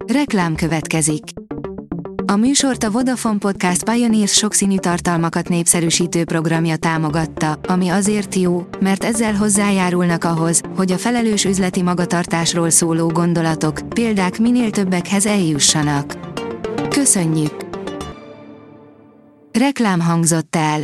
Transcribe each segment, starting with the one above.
Reklám következik. A műsort a Vodafone Podcast Pioneers sokszínű tartalmakat népszerűsítő programja támogatta, ami azért jó, mert ezzel hozzájárulnak ahhoz, hogy a felelős üzleti magatartásról szóló gondolatok, példák minél többekhez eljussanak. Köszönjük! Reklám hangzott el.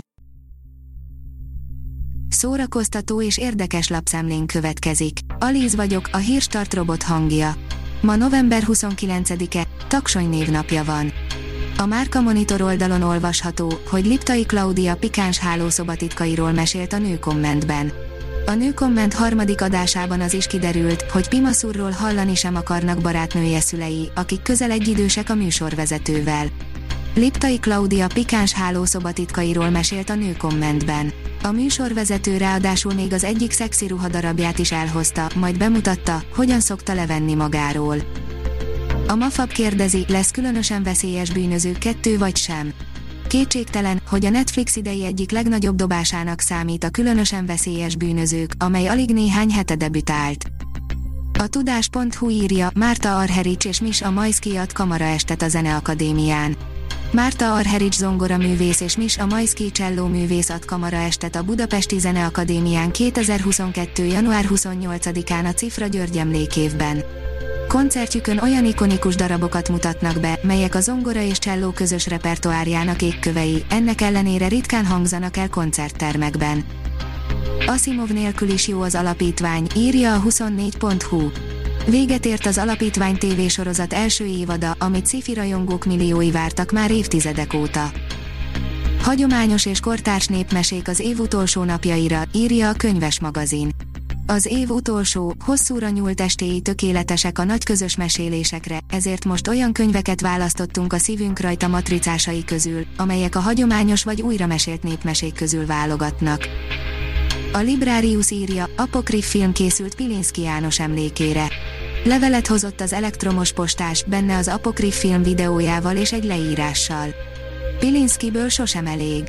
Szórakoztató és érdekes lapszemlén következik. Alíz vagyok, a Hírstart robot hangja. Ma november 29-e, Taksony névnapja van. A Márka Monitor oldalon olvasható, hogy Liptai Klaudia pikáns hálószobatitkairól mesélt a Nőkommentben. A Nőkomment harmadik adásában az is kiderült, hogy Pimaszurról hallani sem akarnak barátnője szülei, akik közel egyidősek a műsorvezetővel. Liptai Klaudia pikáns hálószobatitkairól mesélt a Nőkommentben. A műsorvezető ráadásul még az egyik szexi ruhadarabját is elhozta, majd bemutatta, hogyan szokta levenni magáról. A Mafab kérdezi, lesz különösen veszélyes bűnöző 2 vagy sem. Kétségtelen, hogy a Netflix idei egyik legnagyobb dobásának számít a Különösen veszélyes bűnözők, amely alig néhány hete debütált. A tudás.hu írja, Márta Argerich és Misha Majszkij ad kamaraestet a Zeneakadémián. Márta Argerich zongoraművész és Misha Majszkij csellóművész ad kamaraestet a Budapesti Zeneakadémián 2022. január 28-án a Cifra György emlékévben. Koncertjükön olyan ikonikus darabokat mutatnak be, melyek a zongora és cselló közös repertoárjának égkövei, ennek ellenére ritkán hangzanak el koncerttermekben. Asimov nélkül is jó az alapítvány, írja a 24.hu. Véget ért az Alapítvány tévésorozat első évada, amit sci-fi rajongók milliói vártak már évtizedek óta. Hagyományos és kortárs népmesék az év utolsó napjaira, írja a Könyves magazin. Az év utolsó, hosszúra nyúlt estéi tökéletesek a nagy közös mesélésekre, ezért most olyan könyveket választottunk a szívünk rajta matricásai közül, amelyek a hagyományos vagy újra mesélt népmesék közül válogatnak. A Librarius írja, apokrif film készült Pilinszky János emlékére. Levelet hozott az elektromos postás, benne az apokrif film videójával és egy leírással. Pilinszkyből sosem elég.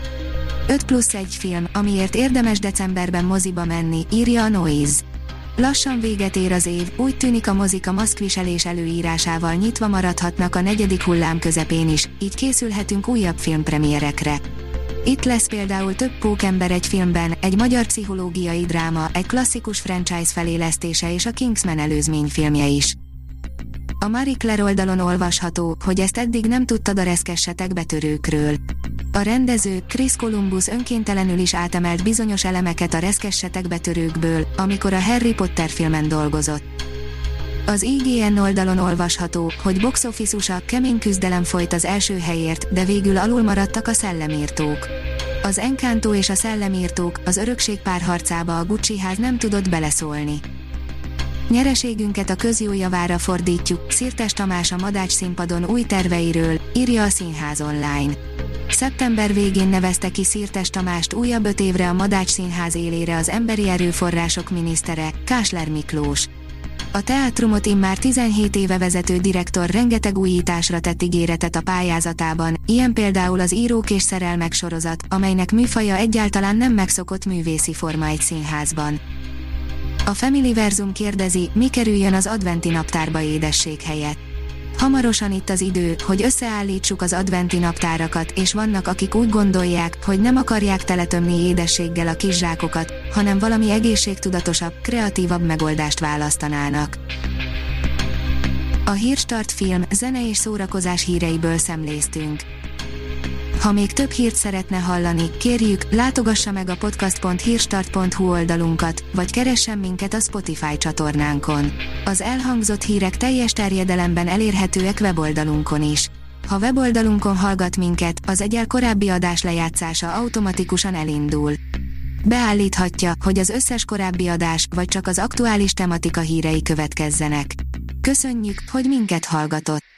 5+1 film, amiért érdemes decemberben moziba menni, írja a Noise. Lassan véget ér az év, úgy tűnik a mozik a maszkviselés előírásával nyitva maradhatnak a negyedik hullám közepén is, így készülhetünk újabb filmpremierekre. Itt lesz például Több pókember egy filmben, egy magyar pszichológiai dráma, egy klasszikus franchise felélesztése és a Kingsman előzményfilmje is. A Marie Claire oldalon olvasható, hogy ezt eddig nem tudtad a reszkessetek betörőkről. A rendező, Chris Columbus önkéntelenül is átemelt bizonyos elemeket a reszkessetek betörőkből, amikor a Harry Potter filmen dolgozott. Az IGN oldalon olvasható, hogy box office USA kemény küzdelem folyt az első helyért, de végül alul maradtak a Szellemírtók. Az Encanto és a Szellemírtók, az örökség párharcába a Gucci ház nem tudott beleszólni. Nyereségünket a közjó javára fordítjuk, Szirtes Tamás a Madács színpadon új terveiről, írja a Színház online. Szeptember végén nevezte ki Szirtes Tamást újabb 5 évre a Madács Színház élére az emberi erőforrások minisztere, Kásler Miklós. A teátrumot immár 17 éve vezető direktor rengeteg újításra tett ígéretet a pályázatában, ilyen például az Írók és szerelmek sorozat, amelynek műfaja egyáltalán nem megszokott művészi forma egy színházban. A Familyverzum kérdezi, mi kerüljön az adventi naptárba édesség helyett. Hamarosan itt az idő, hogy összeállítsuk az adventi naptárakat, és vannak, akik úgy gondolják, hogy nem akarják teletömni édességgel a kis zsákokat, hanem valami egészségtudatosabb, kreatívabb megoldást választanának. A Hírstart film, zene és szórakozás híreiből szemléztünk. Ha még több hírt szeretne hallani, kérjük, látogassa meg a podcast.hírstart.hu oldalunkat, vagy keressen minket a Spotify csatornánkon. Az elhangzott hírek teljes terjedelemben elérhetőek weboldalunkon is. Ha weboldalunkon hallgat minket, az egyel korábbi adás lejátszása automatikusan elindul. Beállíthatja, hogy az összes korábbi adás, vagy csak az aktuális tematika hírei következzenek. Köszönjük, hogy minket hallgatott!